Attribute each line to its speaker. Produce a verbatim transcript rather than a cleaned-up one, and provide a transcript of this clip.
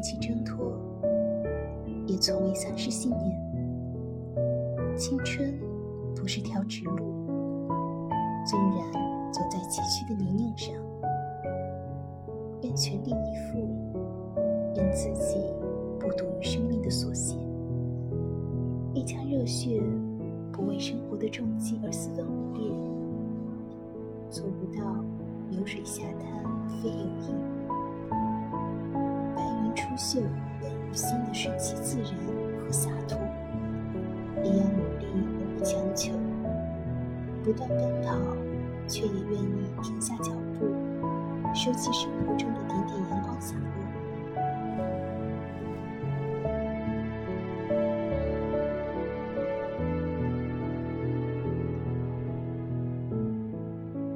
Speaker 1: 弃挣脱，也从未丧失信念。青春不是条直路，纵然走在崎岖的泥泞上，愿全力以赴，愿自己不赌于生命的所限，一腔热血不为生活的重击而四分五裂，做不到流水下滩非有意。白云出岫本无心的顺其自然和洒脱，也要努力而不强求，不断奔跑，却也愿意停下脚步，收集生活中的点点阳光洒落。